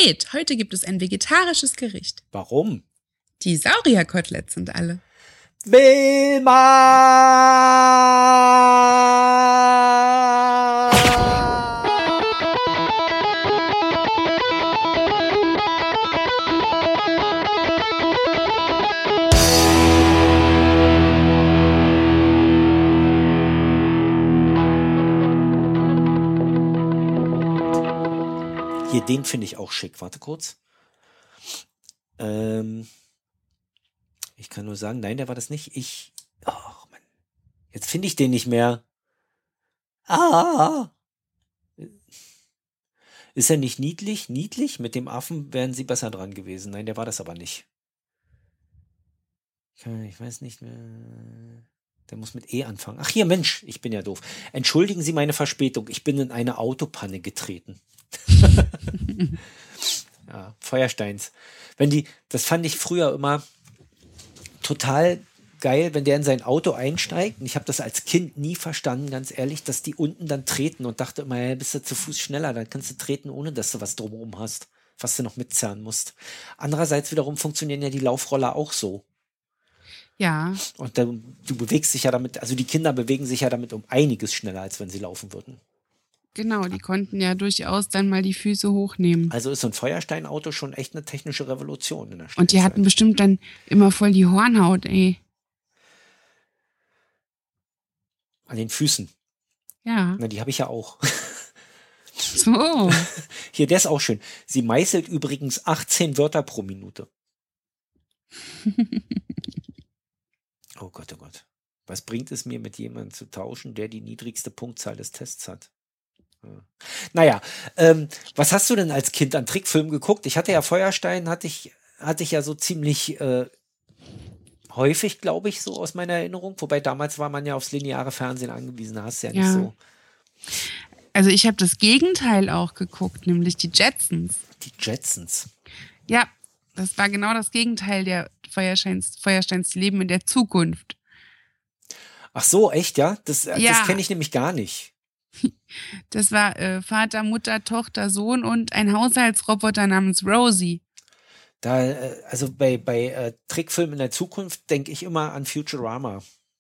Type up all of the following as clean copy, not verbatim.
Diät. Heute gibt es ein vegetarisches Gericht. Warum? Die Saurierkoteletts sind alle. Wilma! Hier, den finde ich auch schick. Warte kurz. Ich kann nur sagen, nein, der war das nicht. Oh Mann. Jetzt finde ich den nicht mehr. Ist er nicht niedlich? Niedlich? Mit dem Affen wären sie besser dran gewesen. Nein, der war das aber nicht. Ich weiß nicht mehr. Der muss mit E anfangen. Ach hier, Mensch, ich bin ja doof. Entschuldigen Sie meine Verspätung. Ich bin in eine Autopanne getreten. Ja, Feuersteins. Das fand ich früher immer total geil, wenn der in sein Auto einsteigt. Und ich habe das als Kind nie verstanden, ganz ehrlich, dass die unten dann treten und dachte immer, ja, bist du zu Fuß schneller, dann kannst du treten, ohne dass du was drumherum hast, was du noch mitzerren musst. Andererseits wiederum funktionieren ja die Laufroller auch so. Ja. Und du bewegst dich ja damit, also die Kinder bewegen sich ja damit um einiges schneller, als wenn sie laufen würden. Genau, die konnten ja durchaus dann mal die Füße hochnehmen. Also ist so ein Feuersteinauto schon echt eine technische Revolution in der Stadt. Und die hatten bestimmt dann immer voll die Hornhaut, ey. An den Füßen. Ja. Na, die habe ich ja auch. So. Hier, der ist auch schön. Sie meißelt übrigens 18 Wörter pro Minute. Oh Gott, oh Gott. Was bringt es mir, mit jemandem zu tauschen, der die niedrigste Punktzahl des Tests hat? Naja, was hast du denn als Kind an Trickfilmen geguckt? Ich hatte ja Feuerstein, hatte ich ja so ziemlich häufig, glaube ich, so aus meiner Erinnerung. Wobei damals war man ja aufs lineare Fernsehen angewiesen, da hast du ja nicht so. Also ich habe das Gegenteil auch geguckt, nämlich die Jetsons. Die Jetsons? Ja, das war genau das Gegenteil der Feuersteins Leben in der Zukunft. Ach so, echt, ja? Das kenne ich nämlich gar nicht. Das war Vater, Mutter, Tochter, Sohn und ein Haushaltsroboter namens Rosie. Also bei Trickfilmen in der Zukunft denke ich immer an Futurama.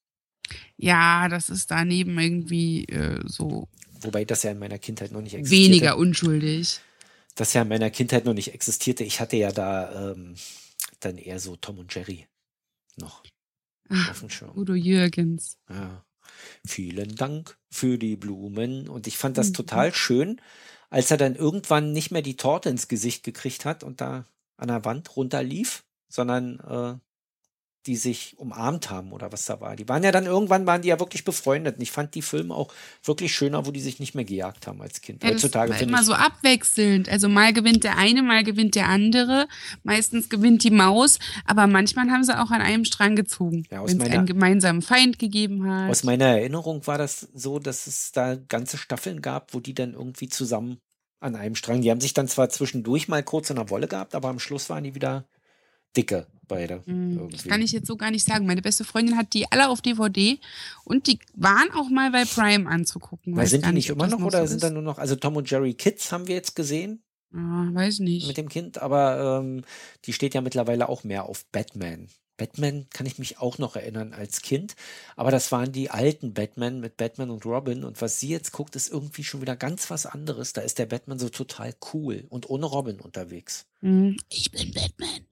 Ja, das ist daneben irgendwie so. Wobei das ja in meiner Kindheit noch nicht existierte. Weniger unschuldig. Das ja in meiner Kindheit noch nicht existierte. Ich hatte ja da dann eher so Tom und Jerry noch auf dem Schirm. Udo Jürgens. Ja. Vielen Dank für die Blumen. Und ich fand das total schön, als er dann irgendwann nicht mehr die Torte ins Gesicht gekriegt hat und da an der Wand runterlief, sondern die sich umarmt haben oder was da war. Irgendwann waren die ja wirklich befreundet. Und ich fand die Filme auch wirklich schöner, wo die sich nicht mehr gejagt haben als Kind. Ja, heutzutage das war immer so abwechselnd. Also mal gewinnt der eine, mal gewinnt der andere. Meistens gewinnt die Maus, aber manchmal haben sie auch an einem Strang gezogen, ja, wenn es einen gemeinsamen Feind gegeben hat. Aus meiner Erinnerung war das so, dass es da ganze Staffeln gab, wo die dann irgendwie zusammen an einem Strang, die haben sich dann zwar zwischendurch mal kurz in der Wolle gehabt, aber am Schluss waren die wieder dicke, beide. Das kann ich jetzt so gar nicht sagen. Meine beste Freundin hat die alle auf DVD und die waren auch mal bei Prime anzugucken. Sind die nicht immer noch oder sind da nur noch, also Tom und Jerry Kids haben wir jetzt gesehen? Weiß nicht. Mit dem Kind, aber die steht ja mittlerweile auch mehr auf Batman. Batman kann ich mich auch noch erinnern als Kind, aber das waren die alten Batman mit Batman und Robin und was sie jetzt guckt, ist irgendwie schon wieder ganz was anderes. Da ist der Batman so total cool und ohne Robin unterwegs. Ich bin Batman.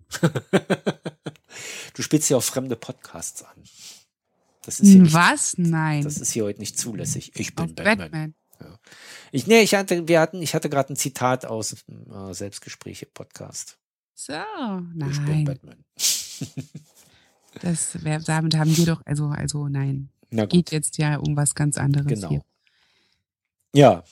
Du spielst ja auch fremde Podcasts an. Das ist hier nicht, was? Nein. Das ist hier heute nicht zulässig. Ich bin auf Batman. Ja. Ich hatte gerade ein Zitat aus dem Selbstgespräche-Podcast. So, nein. Ich bin Batman. Damit haben wir doch, also nein. Na gut. Geht jetzt ja um was ganz anderes genau. hier. Ja.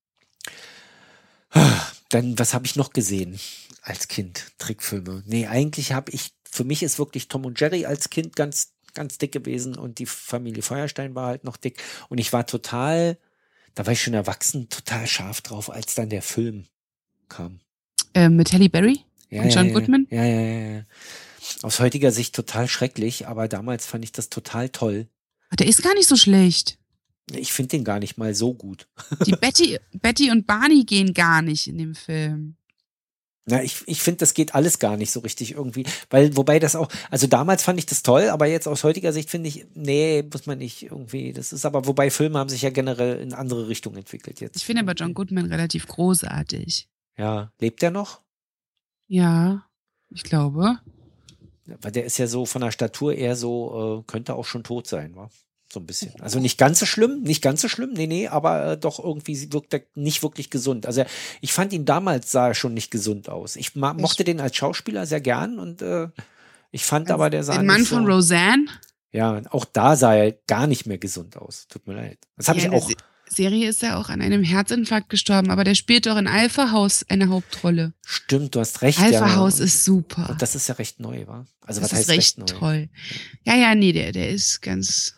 Dann, was habe ich noch gesehen als Kind? Trickfilme. Nee, eigentlich für mich ist wirklich Tom und Jerry als Kind ganz, ganz dick gewesen und die Familie Feuerstein war halt noch dick. Und ich war da war ich schon erwachsen, total scharf drauf, als dann der Film kam. Mit Halle Berry? Ja, und John Goodman? Ja. Aus heutiger Sicht total schrecklich, aber damals fand ich das total toll. Der ist gar nicht so schlecht. Ich finde den gar nicht mal so gut. Die Betty und Barney gehen gar nicht in dem Film. Na, ich finde, das geht alles gar nicht so richtig irgendwie, wobei das auch, also damals fand ich das toll, aber jetzt aus heutiger Sicht finde ich, nee, muss man nicht irgendwie, das ist aber, wobei Filme haben sich ja generell in andere Richtungen entwickelt jetzt. Ich finde aber John Goodman relativ großartig. Ja, lebt der noch? Ja, ich glaube. Weil der ist ja so von der Statur eher so, könnte auch schon tot sein, wa? So ein bisschen. Also nicht ganz so schlimm, nee, aber doch irgendwie wirkt er nicht wirklich gesund. Also ich fand ihn damals, sah er schon nicht gesund aus. Ich mochte den als Schauspieler sehr gern und ich fand aber, der sah Den Mann nicht so, von Roseanne? ja, auch da sah er gar nicht mehr gesund aus. Tut mir leid. Das habe ich auch. Serie ist er auch an einem Herzinfarkt gestorben, aber der spielt doch in Alpha House eine Hauptrolle. Stimmt, du hast recht. Alpha House ist super. Und das ist ja recht neu, wa? Also das was heißt ist recht neu? Toll. Ja, nee, der ist ganz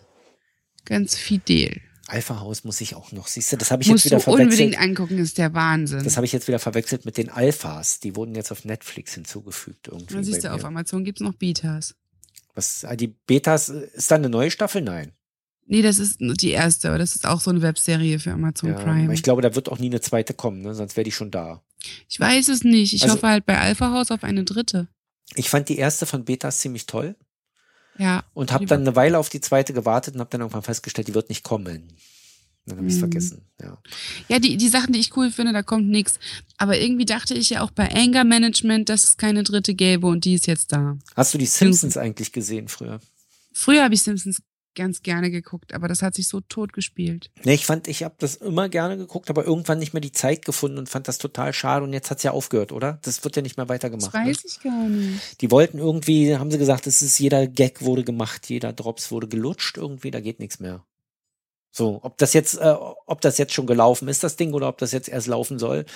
fidel. Alpha House muss ich auch noch. Siehst du, das habe ich Musst jetzt wieder du verwechselt. Unbedingt angucken, ist der Wahnsinn. Das habe ich jetzt wieder verwechselt mit den Alphas. Die wurden jetzt auf Netflix hinzugefügt. Irgendwie dann siehst du, auf Amazon gibt es noch Betas. Was, die Betas, ist da eine neue Staffel? Nein. Nee, das ist die erste, aber das ist auch so eine Webserie für Amazon Prime. Ich glaube, da wird auch nie eine zweite kommen, ne? Sonst wäre die schon da. Ich weiß es nicht. Ich hoffe halt bei Alpha House auf eine dritte. Ich fand die erste von Betas ziemlich toll. Ja. Und habe dann eine Weile auf die zweite gewartet und habe dann irgendwann festgestellt, die wird nicht kommen. Dann habe ich es vergessen, ja. Ja, die Sachen, die ich cool finde, da kommt nichts. Aber irgendwie dachte ich ja auch bei Anger Management, dass es keine dritte gäbe und die ist jetzt da. Hast du die Simpsons eigentlich gesehen früher? Früher habe ich Simpsons ganz gerne geguckt, aber das hat sich so tot gespielt. Nee, ich habe das immer gerne geguckt, aber irgendwann nicht mehr die Zeit gefunden und fand das total schade und jetzt hat's ja aufgehört, oder? Das wird ja nicht mehr weitergemacht. Das weiß ich gar nicht. Die wollten irgendwie, haben sie gesagt, jeder Gag wurde gemacht, jeder Drops wurde gelutscht, irgendwie, da geht nichts mehr. So, ob das jetzt schon gelaufen ist, das Ding, oder ob das jetzt erst laufen soll.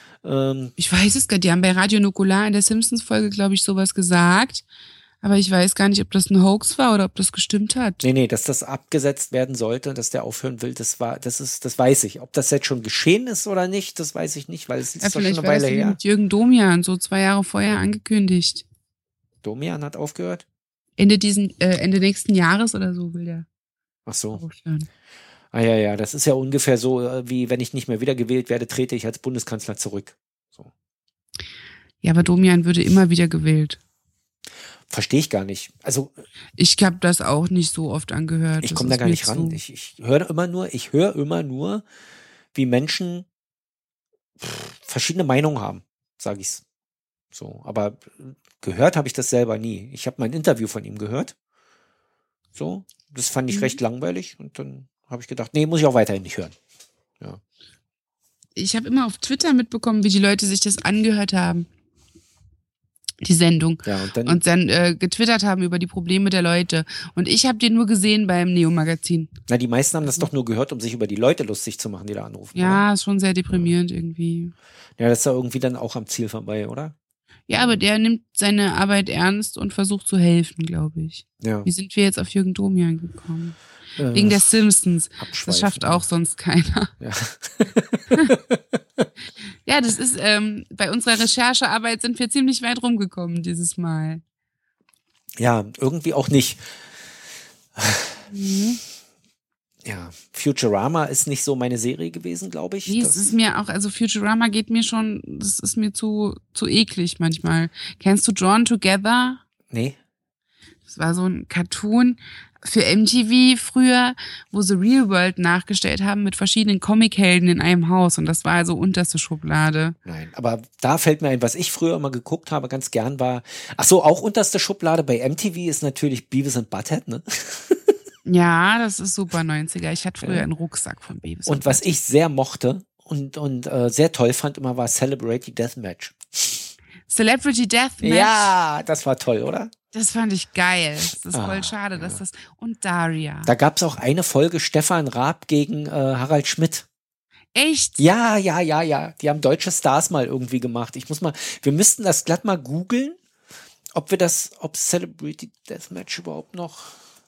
Ich weiß es gar nicht. Die haben bei Radio Nukular in der Simpsons-Folge, glaube ich, sowas gesagt. Aber ich weiß gar nicht, ob das ein Hoax war oder ob das gestimmt hat. Nee, dass das abgesetzt werden sollte, dass der aufhören will, das weiß ich. Ob das jetzt schon geschehen ist oder nicht, das weiß ich nicht, weil es ist doch schon eine Weile her. Mit Jürgen Domian, so 2 Jahre vorher angekündigt. Domian hat aufgehört? Ende nächsten Jahres oder so will der. Ach so. Aufhören. Ah ja, das ist ja ungefähr so, wie wenn ich nicht mehr wiedergewählt werde, trete ich als Bundeskanzler zurück. So. Ja, aber Domian würde immer wieder gewählt. Verstehe ich gar nicht. Also ich habe das auch nicht so oft angehört. Ich komme da gar nicht ran. Ich höre immer nur, wie Menschen verschiedene Meinungen haben, sage ich's. So, aber gehört habe ich das selber nie. Ich habe mal ein Interview von ihm gehört. So, das fand ich recht langweilig und dann habe ich gedacht, nee, muss ich auch weiterhin nicht hören. Ja. Ich habe immer auf Twitter mitbekommen, wie die Leute sich das angehört haben. Die Sendung. Ja, und dann getwittert haben über die Probleme der Leute. Und ich habe den nur gesehen beim Neo-Magazin. Na, die meisten haben das doch nur gehört, um sich über die Leute lustig zu machen, die da anrufen. Ja, oder? Ist schon sehr deprimierend irgendwie. Ja, das ist ja irgendwie dann auch am Ziel vorbei, oder? Ja, aber der nimmt seine Arbeit ernst und versucht zu helfen, glaube ich. Ja. Wie sind wir jetzt auf Jürgen Domian gekommen? Wegen der Simpsons. Das schafft auch sonst keiner. Ja. Ja, das ist, bei unserer Recherchearbeit sind wir ziemlich weit rumgekommen dieses Mal. Ja, irgendwie auch nicht. Ja, Futurama ist nicht so meine Serie gewesen, glaube ich. Nee, es ist mir auch, also Futurama geht mir schon, das ist mir zu eklig manchmal. Kennst du Drawn Together? Nee. Das war so ein Cartoon für MTV früher, wo sie Real World nachgestellt haben mit verschiedenen Comichelden in einem Haus. Und das war also unterste Schublade. Nein, aber da fällt mir ein, was ich früher immer geguckt habe, ganz gern war, ach so, auch unterste Schublade bei MTV ist natürlich Beavis and Butthead, ne? Ja, das ist super 90er. Ich hatte früher einen Rucksack von Beavis. Und was ich sehr mochte und sehr toll fand immer, war Celebrity Deathmatch. Celebrity Deathmatch? Ja, das war toll, oder? Das fand ich geil. Das ist voll schade, dass das. Und Daria. Da gab's auch eine Folge Stefan Raab gegen Harald Schmidt. Echt? Ja. Die haben deutsche Stars mal irgendwie gemacht. Wir müssten das glatt mal googeln, ob Celebrity Deathmatch überhaupt noch.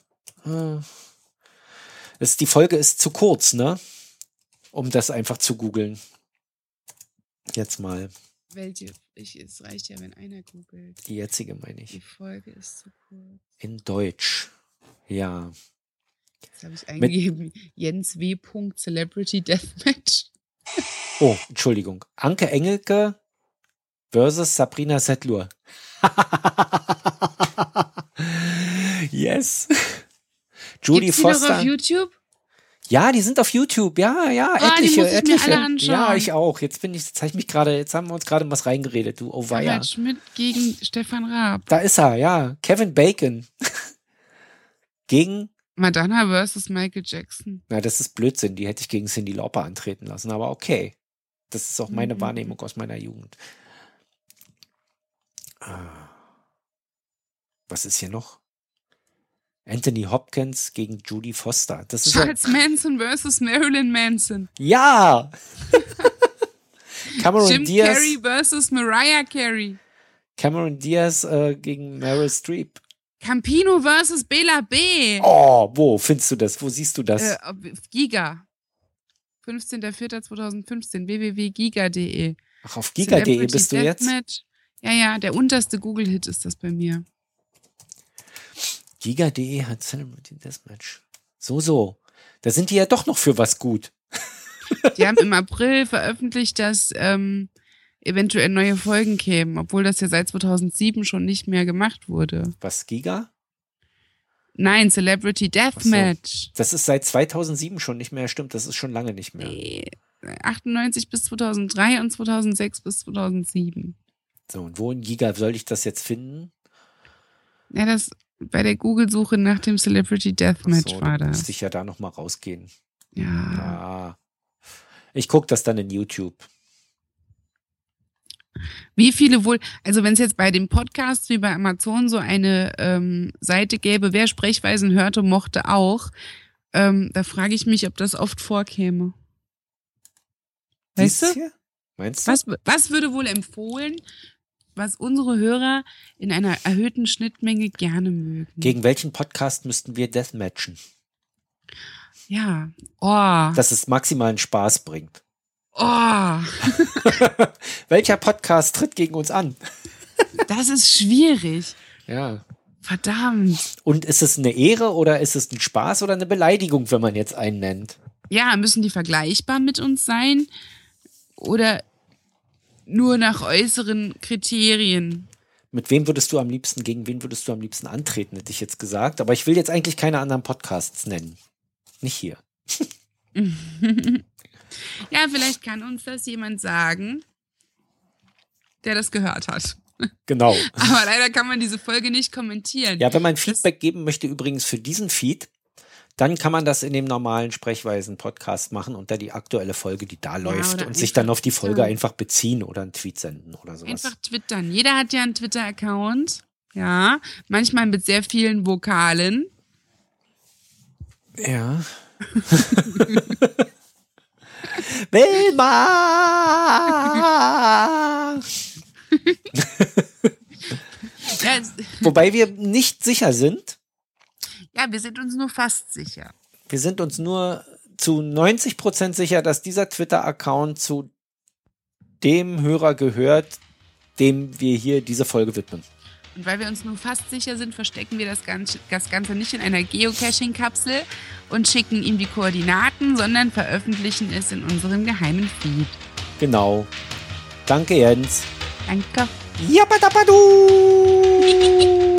Die Folge ist zu kurz, ne? Um das einfach zu googeln. Jetzt mal. Welche? Es reicht ja, wenn einer googelt. Die jetzige, meine ich. Die Folge ist zu kurz. In Deutsch. Ja. Jetzt habe ich eingegeben. Jens W. Celebrity Deathmatch. Oh, Entschuldigung. Anke Engelke versus Sabrina Setlur. Yes. Judy Gibt's die noch Foster. auf YouTube? Ja, die sind auf YouTube. Ja, Die muss ich mir alle Ja, anschauen. ich auch. Jetzt haben wir uns gerade was reingeredet, du. Oh weia. Harald Schmidt gegen Stefan Raab. Da ist er, ja. Kevin Bacon. Gegen, Madonna versus Michael Jackson. na, das ist Blödsinn. Die hätte ich gegen Cyndi Lauper antreten lassen, aber okay. Das ist auch meine Wahrnehmung aus meiner Jugend. Was ist hier noch? Anthony Hopkins gegen Judy Foster. Das ist Charles Manson versus Marilyn Manson. ja. Cameron Jim Diaz. Carrey versus Mariah Carey. Cameron Diaz gegen Meryl Streep. Campino versus Bela B. Oh, wo findest du das? Wo siehst du das? Auf Giga. 15.04.2015. www.giga.de. Ach, auf giga.de bist du jetzt? Deathmatch. Ja, der unterste Google-Hit ist das bei mir. Giga.de hat Celebrity Deathmatch. So. Da sind die ja doch noch für was gut. Die haben im April veröffentlicht, dass eventuell neue Folgen kämen, obwohl das ja seit 2007 schon nicht mehr gemacht wurde. Was, Giga? Nein, Celebrity Deathmatch. Das ist seit 2007 schon nicht mehr, stimmt, das ist schon lange nicht mehr. Nee, 98 bis 2003 und 2006 bis 2007. So, und wo in Giga soll ich das jetzt finden? Ja, das bei der Google-Suche nach dem Celebrity Deathmatch So, war dann das. müsste ich ja da nochmal rausgehen. Ja. Ja. Ich gucke das dann in YouTube. Wie viele wohl, also wenn es jetzt bei dem Podcast wie bei Amazon so eine Seite gäbe, wer Sprechweisen hörte, mochte auch, da frage ich mich, ob das oft vorkäme. Weißt du? Hier? Meinst du? Was würde wohl empfohlen, was unsere Hörer in einer erhöhten Schnittmenge gerne mögen? Gegen welchen Podcast müssten wir Deathmatchen? Ja. Oh. Dass es maximalen Spaß bringt. Oh. Welcher Podcast tritt gegen uns an? Das ist schwierig. Ja. Verdammt. Und ist es eine Ehre oder ist es ein Spaß oder eine Beleidigung, wenn man jetzt einen nennt? Ja, müssen die vergleichbar mit uns sein? Oder nur nach äußeren Kriterien? Mit wem würdest du am liebsten, gegen wen würdest du am liebsten antreten, hätte ich jetzt gesagt. Aber ich will jetzt eigentlich keine anderen Podcasts nennen. Nicht hier. Ja, vielleicht kann uns das jemand sagen, der das gehört hat. Genau. Aber leider kann man diese Folge nicht kommentieren. Ja, wenn man Feedback geben möchte, übrigens für diesen Feed, dann kann man das in dem normalen Sprechweisen-Podcast machen und da die aktuelle Folge, die da läuft, und sich dann auf die Folge einfach beziehen oder einen Tweet senden oder sowas. Einfach twittern. Jeder hat ja einen Twitter-Account. Ja, manchmal mit sehr vielen Vokalen. Ja. Wilma! Ja, Wobei wir nicht sicher sind. ja, wir sind uns nur fast sicher. Wir sind uns nur zu 90% sicher, dass dieser Twitter-Account zu dem Hörer gehört, dem wir hier diese Folge widmen. Und weil wir uns nur fast sicher sind, verstecken wir das Ganze nicht in einer Geocaching-Kapsel und schicken ihm die Koordinaten, sondern veröffentlichen es in unserem geheimen Feed. Genau. Danke, Jens. Danke. Jappadapadu!